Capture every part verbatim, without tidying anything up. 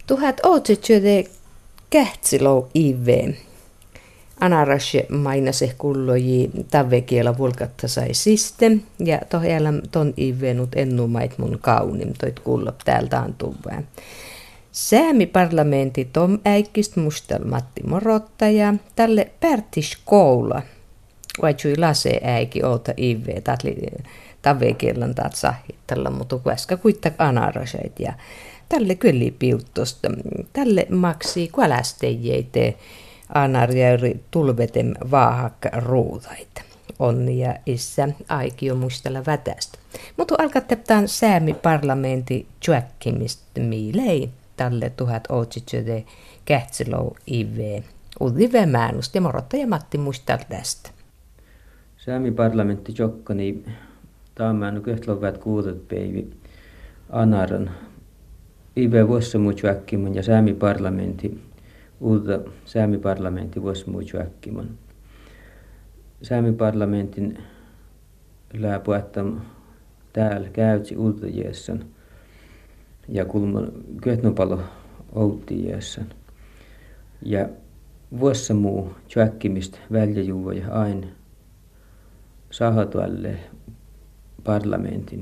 Tuhat ootsetsyöde kähtsilou ive. Anarashe mainase kulloji tavekiela vulkatta sai siste. Ja tohjalla ton ivenut ennumait mun kaunim toit kullop täältä on tuvää. Säämi parlamentti Tom Äikkist mustal Matti Morottaja tälle pärtis koula. Vaitsui lase äiki oota ive tatli tavekielan taat sahittalla, mutta kueska kuittak anaraseit ja tälle kyllä piuttosta. Tälle maksii kualastejeite anarjäyri tulvetem vaahakka ruudaita. Onnia isä aikio mustalla vätästä. Mutta alkaa säämi parlamentti tjökkimistä miilei tälle tuhat otsitsöde kähtsilou ive. Udive määnust ja Morottaja Matti mustalla tästä. Säämi parlamentti tjokkani taamäänu köhtlovat kuudet päivi anaran ive vuossa muu tjökkimon ja säämi parlamentti uutta säämi parlamentti vuossa muu tjökkimon. Säämi parlamentin läpuettam täällä käytsi ultajeessan ja kulman köhtnopalo outtijeessan. Ja vuossa muu tjökkimistä väljejuva ja aina sahatualle parlamentin.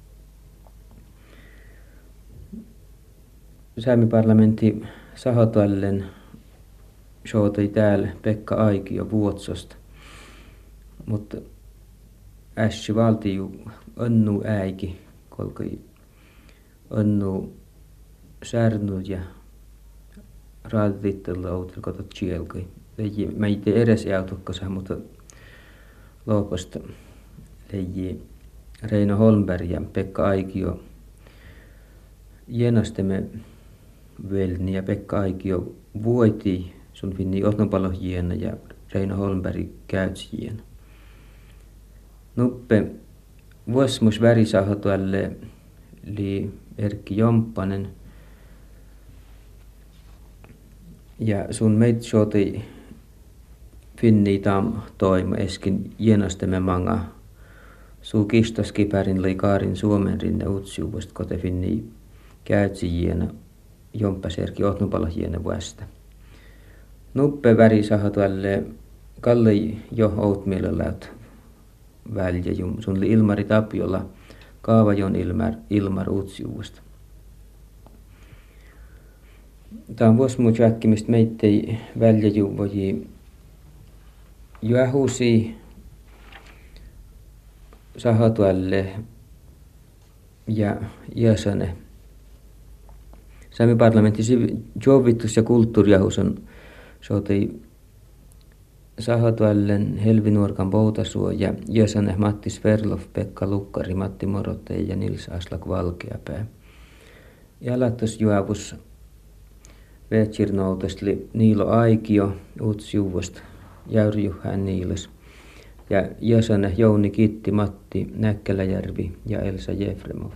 Säämi parlamentti sahatuallen shootoi täällä Pekka Aikio Vuotsosta. Mutta ässi valtiju onnu äiki, kolkoi onnu särnud ja raadittella outel kotot chielkoi. Mä ite edes jautukkosa, mutta loopasta leiji Reino Holmberg ja Pekka Aikio jenastemme velni ja Pekka Aikio vuoti sun finni otnopalo jiena ja Reino Holmberg käyts jiena. Nuppe vuosmus värisahatualle li Erkki Jomppanen ja sun meit sooti finni tam toima eskin jenastemme manga suu kistoskipärin lai kaarin Suomen rinne utsiuvasta kote finni käytsi jiena Jomppas Erkki otnopalo jiena vuosta. Nuppe värisahatualle Kalle jo outmielelläyt välje jum sun li Ilmari Tapiola Kaavajon Ilmar Ilmar utsiuvasta. Tämä on vuosmu tjökkimistä meittei väljejuvoji juohusi sahatualle ja jäsene. Säämi parlamentti jovittus ja kulttuuriahus on sootei sahatuallen Helvi Nuorkan Poutasuo ja jäsene Matti Sverlov, Pekka Lukkari, Matti Morottaja ja Nils Aslak Valkeapää. Jalattos juovus Vetsirnoutestli Niilo Aikio utsjuvosta Jäyri Juhään Niiles ja jäsene Jouni Kitti, Matti Näkkäläjärvi ja Elsa Jefremov.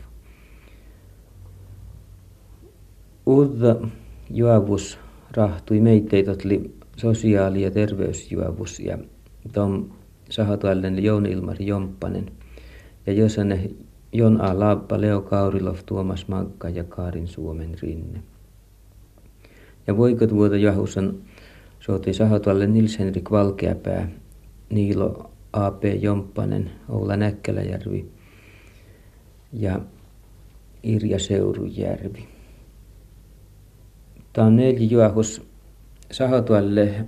Uutta juovus rahtui meitteitatli sosiaali- ja terveysjuovus ja tom sahatuallen Jouni Ilmari Jomppanen ja jäsene Jon A. Laappa, Leo Kaurilov, Tuomas Mankka ja Kaarin Suomen rinne. Ja voikot vuotta jahusan sooti sahatualle Nils Henrik Valkeapää, Niilo A P. Jomppanen, Oula Näkkäläjärvi ja Irja Seurujärvi. Tämä on neljä juohus sahatualle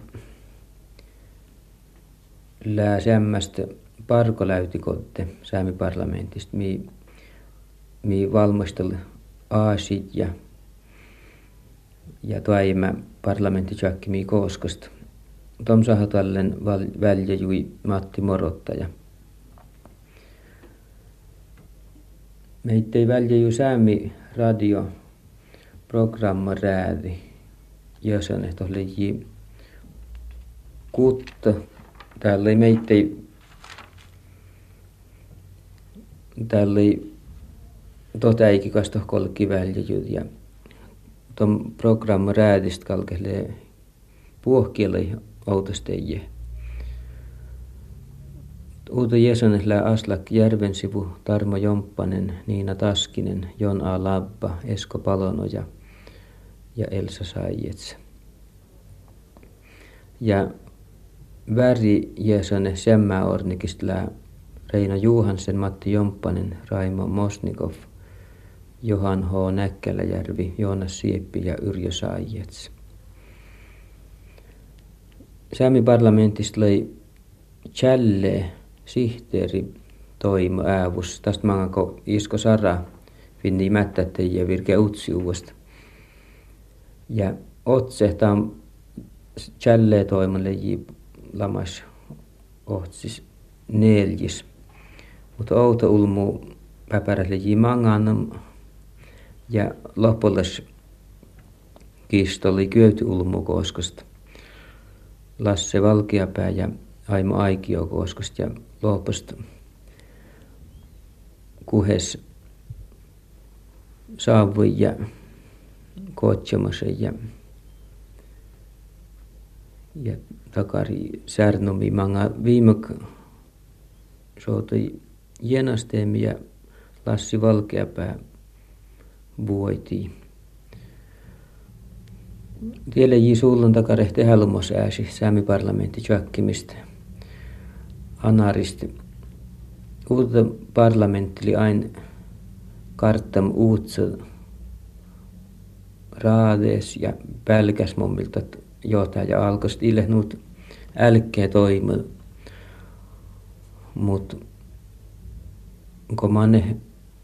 lää sämmästä parkoläytikotte Säämi parlamentista, mi, mi valmistel aasit ja ja toima parlamentti tjökki mi Kooskasta. Tom sahatuallen väljejui Matti Morottaja. Meittei väljejui Säämi radio programma räädi. Jäsene tohleji kutta. Täällä ei meittei täällä ei totäiki kasto kolki väljejui ja tom programma räädist kalkelee puohkielei outosteje. Uutta jäseneslää Aslak Järvensivu, Tarmo Jomppanen, Niina Taskinen, Jon A. Labba, Esko Palonoja ja Elsa Saijets. Ja väri jäsene semmä ornikistla Reino Juhansen, Matti Jomppanen, Raimo Mosnikov, Johan H. Näkkäläjärvi, Joonas Sieppi ja Yrjö Saijets. Säämi parlamentista löi Challe sihteeri toimo äävus. Tästä mangako Isko Sara finni mättätte ja virke utsiuvasta. Ja otsehtaan Challe toimolle ji lamas otsis neljis. Mutta outo ulmu päpärälle ji manganam ja lopullis kistoli kyöty ulmu koskosta. Lasse Valkeapää ja Aimo Aikio koskosta ja lopusta kuhes saavui ja Kotsomasen ja, ja takari Särnomi manga viime soutui Jenasteemi ja Lassi Valkeapää vuotiin. Tielle ji suullun takarehti helmos ääsi Säämi parlamentti tjökkimistä. Anaristi. Uutta parlamentti aina karttam uutsa raadees ja pälkäs mommilta jotain ja alkoist ilehnut älkkeä toimua. Mut kun manne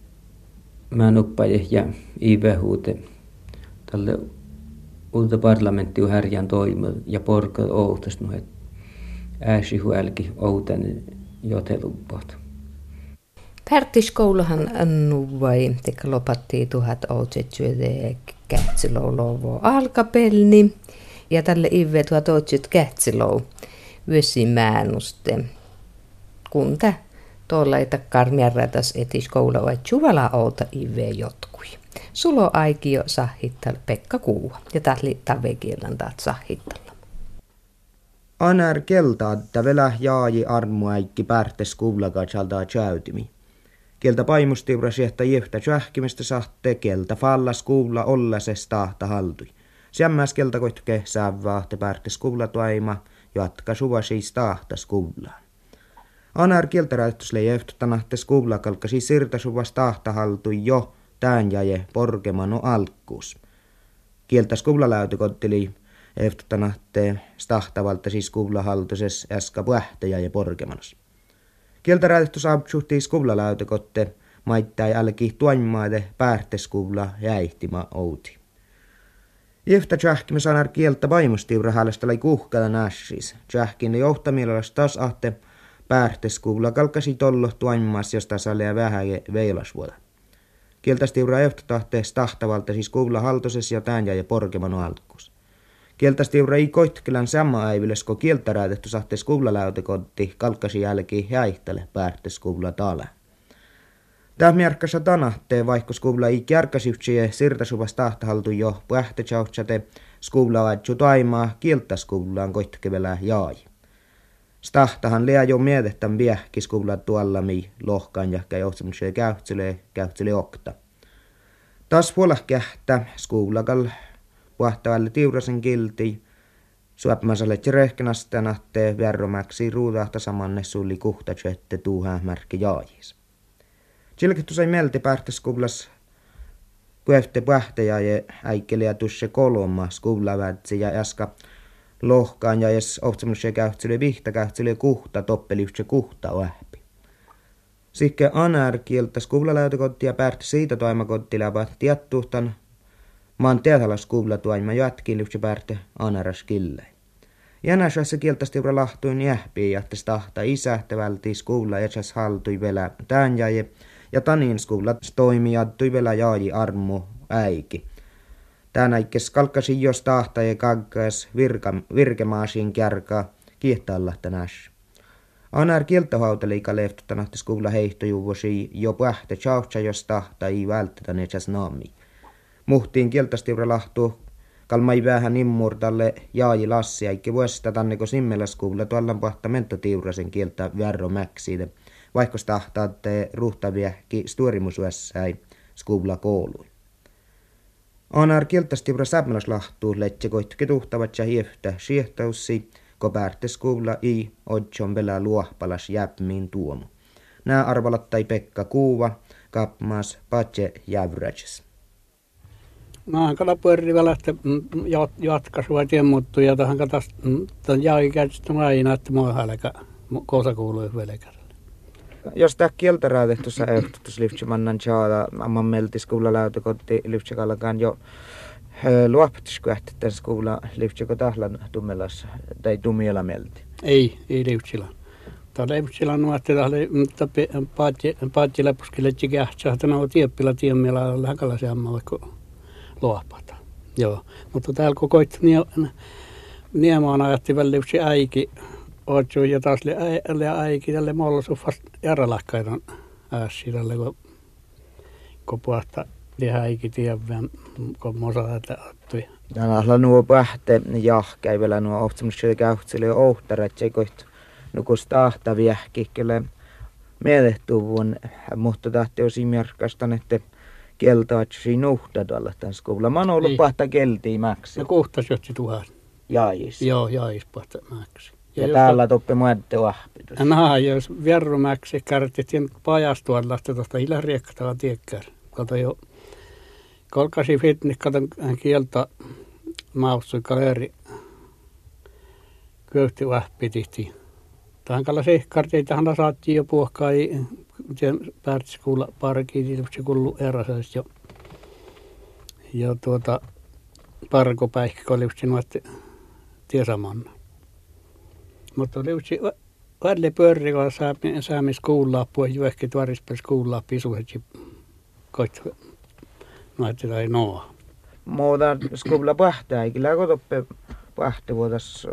mänuppaje ja ivehuute tälle uutta parlamenttiu härjän toimua ja porka outas no et ääsi huälki outan jotelumpot. Pärtiskouluhan annuvai, teka lopattiin tuhat outsetsyöde kähtsilou alkapelni. Ja tälle ive tuhat outset kähtsilou vyösimäänuste. Kunta tuolla ei karmiarratas etis koulua, että suvala outa ive jotkui. Sulo aikio sahittal Pekka Kuua ja tähli tavekielän taat sahittalla. Anar kelta, että velä jaaji armuäikki pärtes kuulakaan saltaa tjäytimi. Kieltä paimustiura siehtä jeftä tjähkimistä sahte, kieltä fallas kuulla ollasesta tahta haldui. Sämmäs kieltä koitke sävää, te pärtes kuulla toima, jatka suva siis tahtas kuullaan. Anar kieltä räyttösle jeftanahtes kuulla kalkasi sirta suvas tahta haldui jo tään jäje porkemano alkkuus. Kieltäs kuulla läytykotteli eftanahte stahtavalta siis kuulla haltuses äska puähtäjä ja porkemanos. Kieltä räyttös absuhtis kuulla läytykotte maittai älki tuoimaade päärteskuulla jäihtima outi. Yhtä tjähkimme sanar kieltä paimustiura häälistä lai kuhkada nässis. Tjähkin johtamiellas taas ahte päärteskuulla kalkasi tollo tuoimaas josta salee vähän veilasvuoda. Kieltästiura eftatahtees tahtavalta siis kuulla haltoses ja tään ja porkemano alkkuus. Kieltästiura ei koitkelän samma äiviles, kun kieltä räätetty sahtees kuulla läytekotti kalkasi jälki jäihtele päärtes kuulla tala. Tämä mierkkassa tanahtee, vaikka skuulla ei kärkäsyhtsijä sirtasuvas tahtahaltu jo pähtätsauhtsate skuulla vaatsu taimaa kieltä skuullaan koitkevellä jaai. Stahtahan lea jo mietettän viehki skuulla tuollami lohkaan ja johtsamuksia käyhtselee käyhtselee okta. Taas puola kähtä skuullakal vahtavalle tiurasen kilti. Suopmasalle tjerehkenasta nahtee verromäksi ruudahta samanne sulli kuhtatsette tuuhämärkki jaajis. Silkittu sai melti pähtäs skuvlas kuefte pähtäjä ja äikkeli ja tusse kolma skuvlavätsi ja äska lohkaan ja jes ohtsamuksia käyhtseli vihta käyhtseli kuhta toppeli yhtse kuhta ähpi. Sikke anar kieltä skuvlaläytökotti ja pähtä siitä toimakotti läpä tiettuhtan maan teetala skuvla toima jatkili yhtse pähtä anaras killei. Jänäsessä kieltästiura lahtuin jähpiin jättäs tahta isähtävälti skuvla jätsäs haltui vielä tään jäi ja tanin skuulla toimijattui vielä jaaji armu äiki. Tän äikkes kalkkasi jos tahta ja kagkas virkemaasiin kärkaa kiehtalla tänäs. Anar kieltähauteliika leftutanahti skuulla heihtojuvusi jo pähtä tjautsa jos tahta ei välttätä neitsäs naami. Muhtiin kieltästiura lahtuu kalmai vähän immurtalle jaaji lassi äikki vuosista tanneko simmellä skuulla tuollan pahtamento tiurasen kieltä värro mäksiide. Vaikka tahtaatte ruhtaviähki stuorimusuessai skuulla koului. Anar kieltästibra sämmäläslahtuu letse koittukin tuhtavat ja hieftä siehtaussi, ko pärteskuulla i odjon belä luohpalas jäpmiin tuomu. Nää arvalattai Pekka Kuuva, kapmaas patje jävrätses. Mä kala pyöri lähtee jatkasua tiemmuttu ja tähän katas tämän jälkikäytöstä aina, että mua hälkä kosa kuului velkärälle. Jos tää kieltärää tuossa ehtotus lyftsemannan tjaada, amman melti skuulla läytökotti lyftsekalakaan jo luoptiskuähti tämän skuulla lyftsekö tahlan tummelas tai tumiela melti? Ei, ei lyftsillä. Tämä lyftsillä on nuotti tahli paatji läpuskille tjikähtsää, että on tieppillä tiemmillä läkällä seammalle kuin luopata. Joo, mutta täällä kun koitti niemaan ajatti välillä lyftsi äiki, Ootsu ja taas li äiki tälle mollosu vasta järjelahkaidan ääsi tälle, kun, kun puhta li äiki tiedän, kun mosa tätä ottui. Täällä on nuo pähte jahkäi vielä nuo ohtsamuksia käyhtseli jo ohtarat, se koit nukus tahta viehki, kyllä mielehtuvuun, mutta tahti osi merkastan, että kieltaatsi nuhta tuolla tämän skuulla. Mä oon ollut pahta keltiin mäksi. No kuhtas jotsi tuhat. Jaais. Joo, jaais pahta mäksi. Ja, ja täällä toppe muette vahpitus. Nah, jos vierrumäksi kärtettiin pajastuolla tuosta hilariekkaa tiekkär. Kato jo kolkasi fitnik, katon kieltä maussui kaleri köyhti vahpitihti. Tähän kalla sehkartiin, tähän saattiin jo puhkaa pärtiskuulla parkiin, se kullu eräsessä jo. Ja tuota parkopäihki, kun liutsi nuotti tiesamanna. Mutta liutsi välillä pyöri, kun saamis kuullaa puhe juokki tuorispels kuullaa pisuhetsi koit nuotti tai noa. Muuta skuulla pähtää, eikä läkotoppe pähti vuotas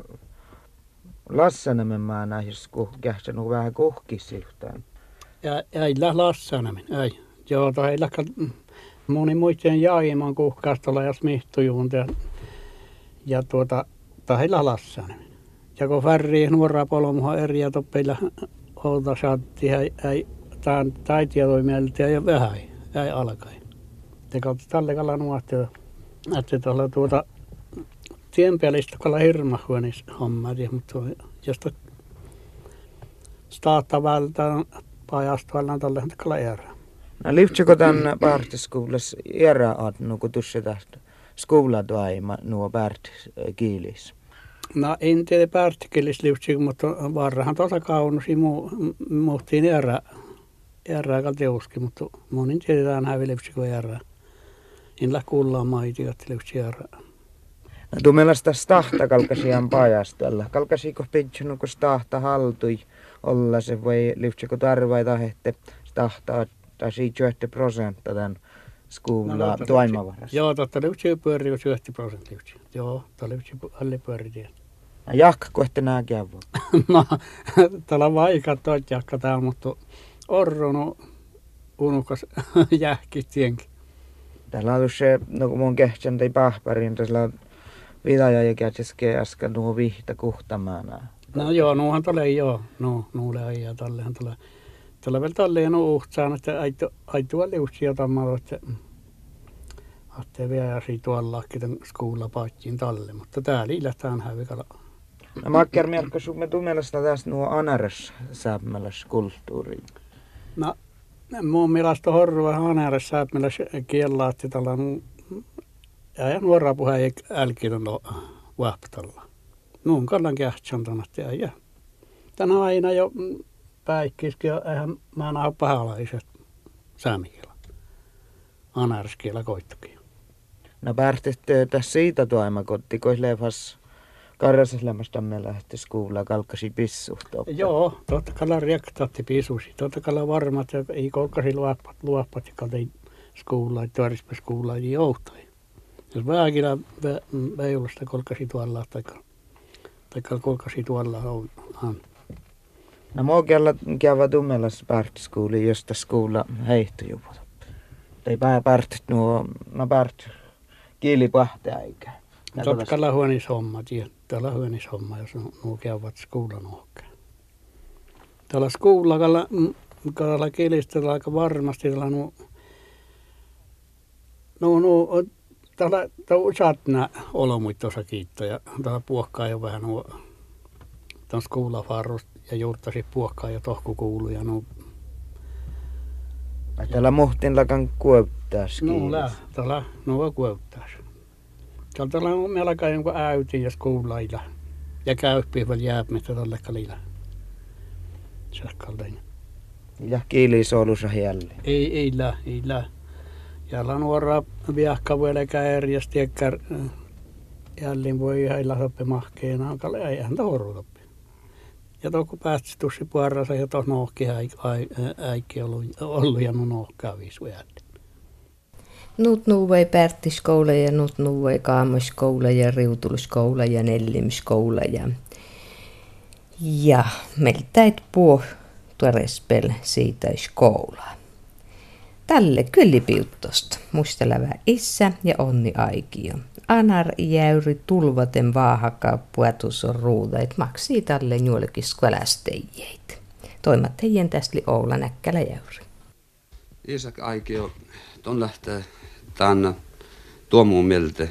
Lassanemen maa näissä kuhkähtsä nuo vähän kuhkissa yhtään. Ja ei lä Lassanemen, ei. Joo, toi ei läkkä moni muiden jaiman kuhkaastolla ja smihtujuun ja, ja tuota, tai ei lä Lassanemen. Ja kun värrii nuoraa polmuha eri ja toppeilla outa saatti, ei, ei tämän taitietoimieltä ja vähän, ei alkai. Ja kautta tälle kalla nuotti, että tuolla tuota tienpäälistä kalla hirmahuonis homma, mutta josta staattaa vältään pajastuollaan tälle kalla erää. No liftsikö tämän partiskuulas erää adnu, kun tuossa tästä skuulatuaima nuo partiskiilis? No en tiedä partiskiilis liftsikö, mutta varrahan tuossa kaunusi mu, muhtiin erää, erää kalteuskin, mutta monin tiedetään hävi liftsikö erää. En lähe kuullaan maiti, että liftsikö erää. No tuu mielestä stahta kalkasiaan pajastolla. Kalkasiko pitchunu, kun stahta haltui olla se voi liftsikö tarvaita, että stahta tai siitä prosenttia tämän skuulla no, toimavarassa. Joo, totta liftsikö pyörii yhdeksänkymmentä prosenttia. Joo, totta liftsikö alle pyörii tien. No jakka, kun ette nää käydä. No, täällä on vaikka toit jakka täällä, mutta orrunu unukas jähki tienkin. Täällä on se, no kun mun kehtsän tai pahpariin, tässä on vidaja ja kätseske äsken nuo vihta kuhtamaan. No joo, nuuhan tulee joo. No, nuule aijaa tallehan tulee. Tällä vielä talleen on uhtsaan, että aitua liutsi jotain, että ajattelee vielä tuollakin tämän skuulla paittiin talle, mutta täällä ilähtään hävikala. No makkar mielkä sun me tumelasta tästä nuo anaras sääpmäläs kulttuuriin. No, mun mielestä horva anaras sääpmäläs kielaatti tällä ja nuoraa puheen ei älkeen vahpatalla. Nuun kallan kähtsän tänne, että ja tänä aina jo päikkiski, ja eihän mä näe pahalaiset saamikielä. Anarskielä koittukin. No päästit tässä siitä toimakotti, kun lefas karjaseslämästä me lähti skuulla kalkkasi pissuhta. Joo, totta kalla rektatti pisusi. Totta kalla varmat, että ei kolkasi luoppat, luoppat ja kaltei skuulla, että tuorispa skuulla ei joutai. Jos vähäkillä väilusta kolkasi tuolla, tai, tai kolkasi tuolla on. No mua kella käydä tummelas partiskuuliin, josta skuulla heittujuput. Tai partit nuo, no part kiilipahte aikaa. Totta kalla huonis homma, täällä huonis homma, jos nuo käyvät skuulan ohkeen. Täällä skuulla kalla, kalla kielistä aika varmasti täällä nuo, nuo, nuo täällä useat nämä olomuit tuossa kiitto ja täällä puokkaa jo vähän nuo tuon skuulafarrusta ja juurtasi puokkaa jo tohku kuulu ja nuo. Täällä mohtinlakan kuoptaas No lää, täällä nuo kuoptaas. Täällä on melkein jonkun äytin ja skuulailla ja käyppiä vielä jääpmettä tälle kalilla. Sähkalleen. Ja kiilisoulussa jälleen. Ei, ei lää, ei lää. Jälleen nuoraa viahka vielä käärjästi eikä jälleen voi heillä soppe mahkeen aikalle, ei hän tohorutoppi. Ja tuo kun päästi tussi puarrassa ja tuossa nohki äikki ollut, ollut ja no nohkaa viisu jälleen. Nyt nuuvei pärtiskoula ja nyt nuuvei kaamoskoula ja riutuluskoula ja nellimskoula ja ja meiltä et puo tuorespel siitä skoulaa. Tälle kyllipiuttosta muistelevä isä ja Onni Aikio. Anar jäyri tulvaten vaahakka puetus on ruudait maksii tälle juolekis kvälästejeit. Toimat heidän täsli Oula Näkkälä jäyri. Isak Aikio, ton lähtee tänne tuomuun mieltä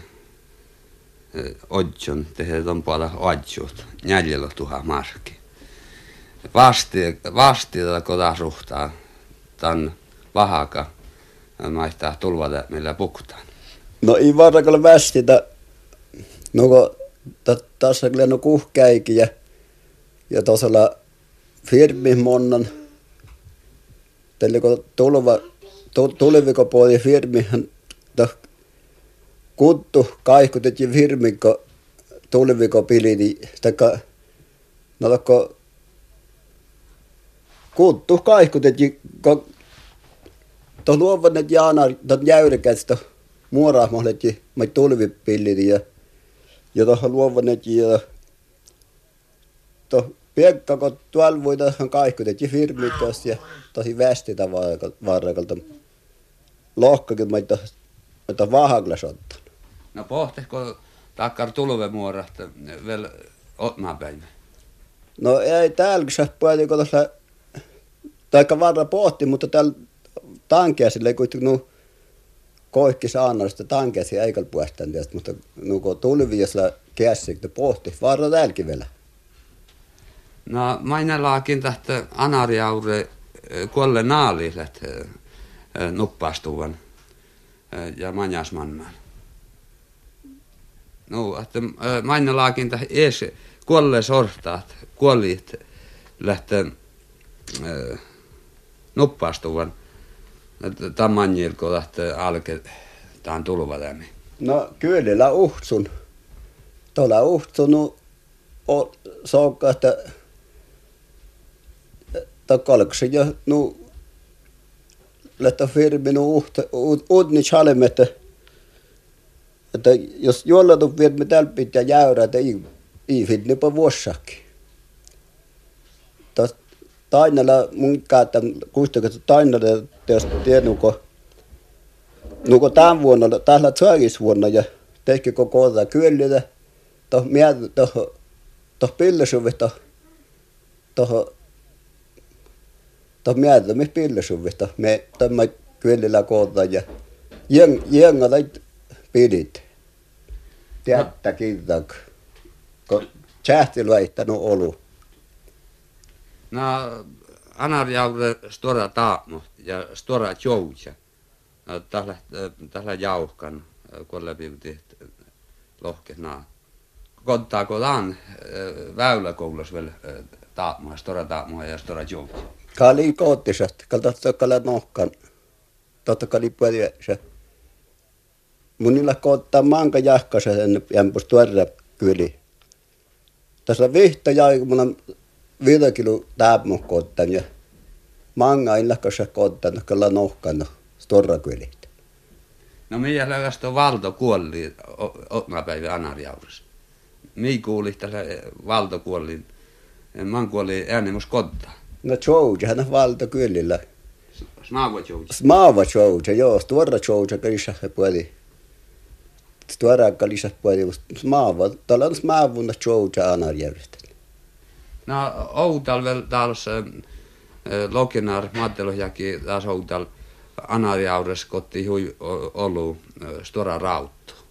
odjon tehdä ton puolella odjut, jäljellä tuha markki. Vasti, vasti tätä kotasuhtaa tämän vahaka maistaa tulvata millä pukutaan. No ei varrakalle västitä, no kun tässä kyllä no kuhkäikin ja, ja tosella firmin monnan, tällä kun tulva, tulviko puoli firmihan kuttu kaihkutettiin firmin, kun tulviko pili, niin taikka, no kun kuttu kaihkutettiin, kun tuon luovannet jaana, tuon jäyrikästä muorahmohlettiin, mä tulvipillin ja ja tuohon luovannetin ja tuohon Piekka, kun tuolla voi tuohon kaihkutettiin firmin tuossa ja tosi västitä varrakalta. Lohkakin mä tuohon vahaklas ottanut. No pohtiko takkar tulvemuorahta vielä otmapäivä? No ei täällä saa puhuta, kun tuossa taikka varra pohti, mutta täällä tankeasille kuitenkin nu koikki saannoista tankeasi eikä puhtaan tästä, mutta nu kun tulviasla käsikö pohti, varra täälläkin vielä. No mainelaakin tähtä anariaure kuolle naalilet nuppastuvan ja manjasmannan. No, että mainelaakin tähtä ees kuolle sortaat, kuollit lähtee nuppastuvan. Tämä manjilko lähtee alke, tämän tulvadämi. No kyllä uhtsun. Tuolla uhtsunut on saakka, että takalksen ja nu lähtee firmi nu uht, uudni chalemme, että, että jos jollain firmi täällä pitää jäyrää, että ei, ei fitnipa vuossakin. Tainalla mun käytän kuitenkin tainalla teosta nuko nuko tämän vuonna tällä tsagisvuonna ja teki koko tätä kyllitä to mietin to to pillisuvista to to mietin me pillisuvista me tämä kyllillä koota ja jeng jengalla pidit tiettä kiitak kun chähti laittanut olu. No, anarjaure stora taamo ja stora jouja. No, tällä tällä jauhkan kun läpi lohke naa. Kontaako lan väyläkoulussa vielä taamo, stora taamo ja stora jouja. Kali koottisat, kaltatsa kala nohkan. Totta kali puoli se. Munilla koottaa manka jahkasa sen jämpus tuorra kyli. Tässä vihta jäi mun on viisi kilo taamo koottan ja manga illakassa koottan kala nohkan stora kylit. No minä lävästä Valto kuolli otmapäivä anarjaurissa. Mii kuuli tässä Valto kuolli. Man kuolli äänemus kotta. No jouja, hän on Valto kylillä. Smaava jouja. Smaava jouja, joo, stora jouja kalissa puoli. Stora kalissa puoli, smaava, täällä on smaavuna jouja anarjaurista. No outal vielä taas Lokinar Mattelohjaki taas outal anarjaurissa kotti hui ollut stora rauttu.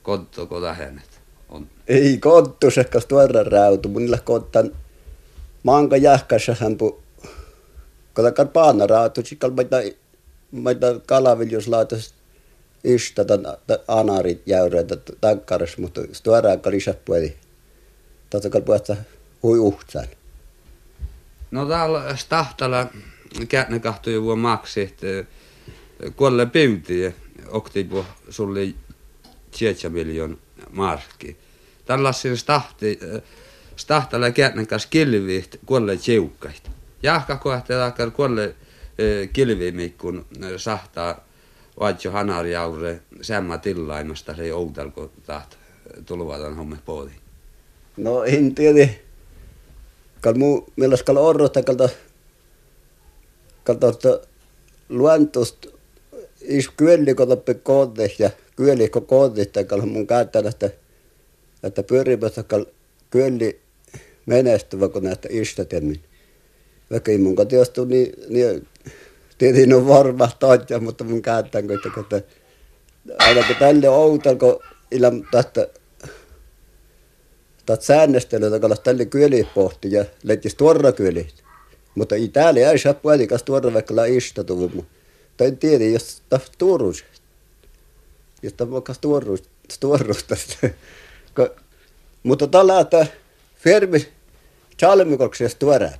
Konttuko lähenet? On. Ei konttu se kas tuoda rautu. Munilla kottan manka jähkässä hämpu. Kotakar paana rautu. Sikal maita, maita kalaviljuslaitos ista tämän anarit jäyreitä tankkarissa, mutta tuoda kalisa puoli. Totakal puolesta hui uhtsaan. No täällä Stahtala käänne kahtoi vuonna maksi, että kuolle pyytiin, oktiipu sulle seitsemän miljoon markki. Tällaisen stahti, Stahtala käänne kanssa kilviit kuolle tiukkaita. Jahka kohti taakka kuolle kilvimikkun sahtaa vaatjo hanarjaure sämmä tillaimasta se outalko taht tulvatan homme poodi. No en tiedä. Kal muu millas kal orrota kalta kalta luontosta is kyöli kotappe koodis ja kyöli ko koodis kal mun käyttää että että pyörimässä kal kyöli menestyvä kun näistä istatemmin. Vaikka ei mun katiostu niin niin tietenkin on varma taatja, mutta mun käyttään kun että ainakin tälle outalko ilman tästä Tätä säännöstelyä kallas tälle kyöli pohti ja leittis tuorra kyöli. Mutta ei täällä ei saa puolikas tuorra vaikka la istatuvu. Tai en tiedä, jos tämä tuoruus. Jos tämä vaikka tuoruus, tuoruusta. Mutta tällä, että firmi chalmikoksessa tuorää.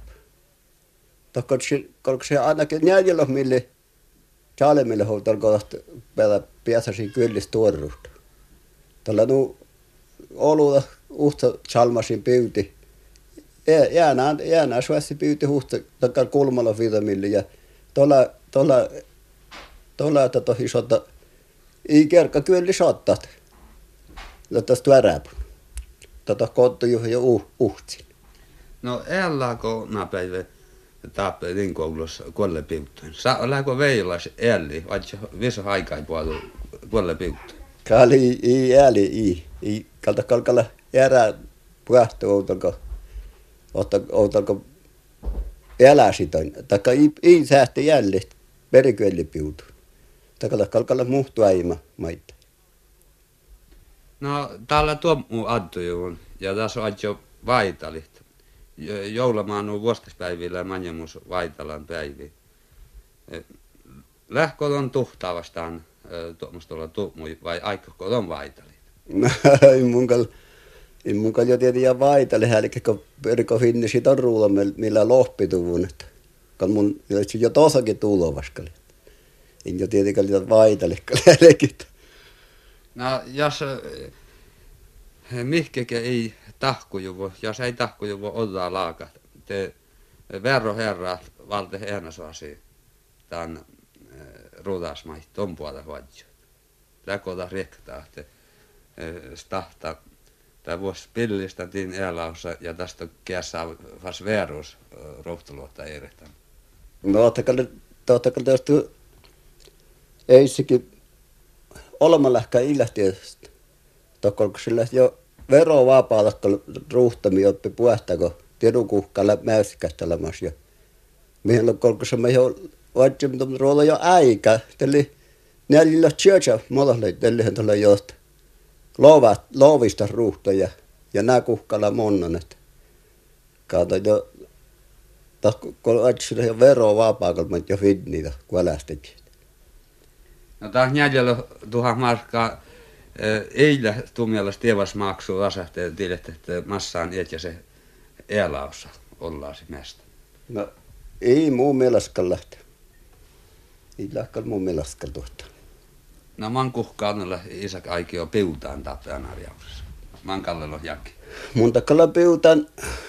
Koska se ainakin neljällä mille chalmille hoitaa kohta pääsäsi kyölis tuoruusta. Tällä nu oluda uhta chalmasin pyyti. Jäänään, jäänään suossi pyyti uhta takar kulmalla vitamille ja tuolla, tuolla, tuolla, että tohi sota, ei kerka kyllä sottat. Tätä tuoräpun. Tätä koottu jo jo uh, uhtsin. No älläkö napäivä tappe niin koulussa kuolle piuttuin? Lähkö veilas älli, vaikka viso aikai puolella kuolle piuttuin? Kali ei älli, ei. Ei kalta kalkalla järää puhtu outalko, outalko eläsitoin. Taka ei, ei säästi jälleen perikyöli piutu. Taka kalkalla muhtu äimä maita. No täällä tuommu addujuun ja tässä on jo vaitalit. Joulamaan on vuostispäivillä manjemus vaitalan päivi. Lähkö on tuhtaa vastaan tuommoista olla tuomui vai aikako on vaitalit? No, ei munkal, ei munkal jo tiedä vaitali, eli kun perko finni siitä on ruulla, millä lohpituvun, että kun mun jo tosakin tulovaskali. En jo tiedä, että vaitali, kun no, jos mihkekä ei tahkujuvo, jos ei tahkujuvo olla laaka, te verroherrat valte hernasvasi tämän ruudasmaihin, ton puolta vadjo. Läkota riektaa, että stahta tämä vuosi pillistä tiin elaussa ja tästä kässä vas verus rohtuluotta eirehtä. No, ottakalta, ottakalta, jos tu ei sekin olema lähkää illähtiöstä. Tokkolko sillä jo verovapaata, kun ruhtami oppi puhtaa, kun tiedukuhkalla mäysikästälämässä. Ja mihin on kolko se me jo vaikka ruolla jo äikä, tälle neljällä tjötsä modalle, tällehän tällä josta. Loovista ruhtoja ja nämä kuhkalla monnan, että kautta jo, kun otsilla jo veroa vapaa, kun mä jo fid niitä, kun älästettiin. No taas neljällä tuhat markkaa eilen tuu mielestä tievasmaksuu asehteet tiedät, että massaan et ja se elaussa ollaan se mestä. No ei muu mielestä lähteä. Ei lähteä muu mielestä tuota. No man kuhkaanella isak aikio piutaan tappean arjausessa. Man kallella jakki. Mun takalla piutaan.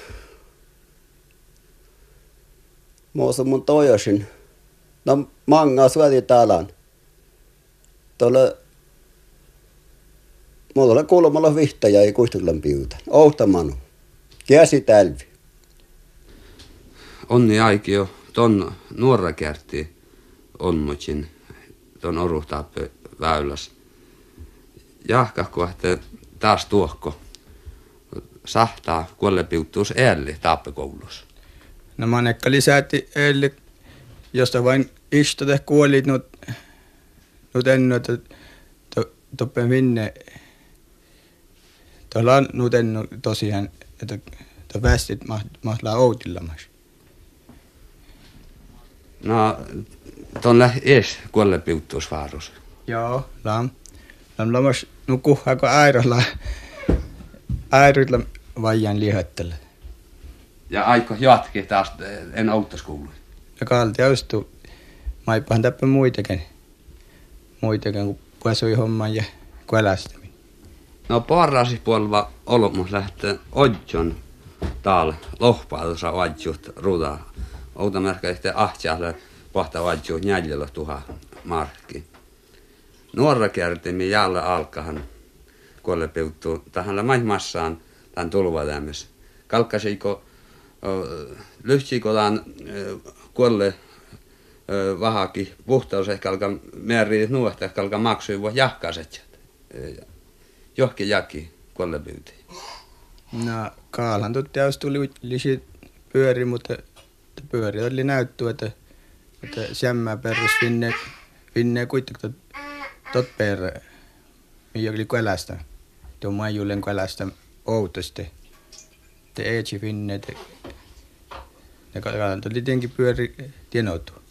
Muussa mun toijosin. No mangaa suoti täällä. Tuolla mulla oli kulmalla vihtaja ei kuistulan piutaan. Outa manu. Käsi tälvi. Onni aikio ton nuora kärti onmutsin ton oruhtappe väyläs. Jahkahko, että taas tuokko sahtaa kuolle piuttuus äälle taappekoulussa. No manekka lisäti äälle, josta vain istuta kuolit nyt nyt ennen, että toppen minne Tuolla on nuuten tosiaan, että tuo västit mahtaa outillamas. No, tuolla ees kuolle piuttuusvaarus. Joo, lam. Lam lamas nukkuhaa, kun airolla, airoilla vajan lihoittele. Ja aiko jatkii taas en outtaskuulu. Ja kalti austuu. Maipahan täppä muitakin. Muitakin, kun puhasui homman ja kuelästämin. No parhaasi puolella olmus lähtee odjon täällä lohpaalta odjut ruudaa. Outa märkä ehti ahtjaalle pohta odjut jäljellä tuha markki. Nuorra kertimi jäällä alkahan kuolle piuttuu. Tähän maihmassaan tämän tulvatämmössä. Kalkkasiko lyhtsiko tämän kuolle vahaki puhtaus ehkä alkaa määriä nuohtaa, ehkä alkaa maksua voi jahkaiset. Johonkin jaki kuolle piutiin. No kaalan tutti tuli lisi pyöri, mutta pyöri oli näyttu, että, että sämmää perus finne, finne kuitenkin tot per mikä oli kuelästä. Tuo majulen kuelästä outosti. Te eetsi finne, te ne kaalan tuli tietenkin pyöri tienoutua.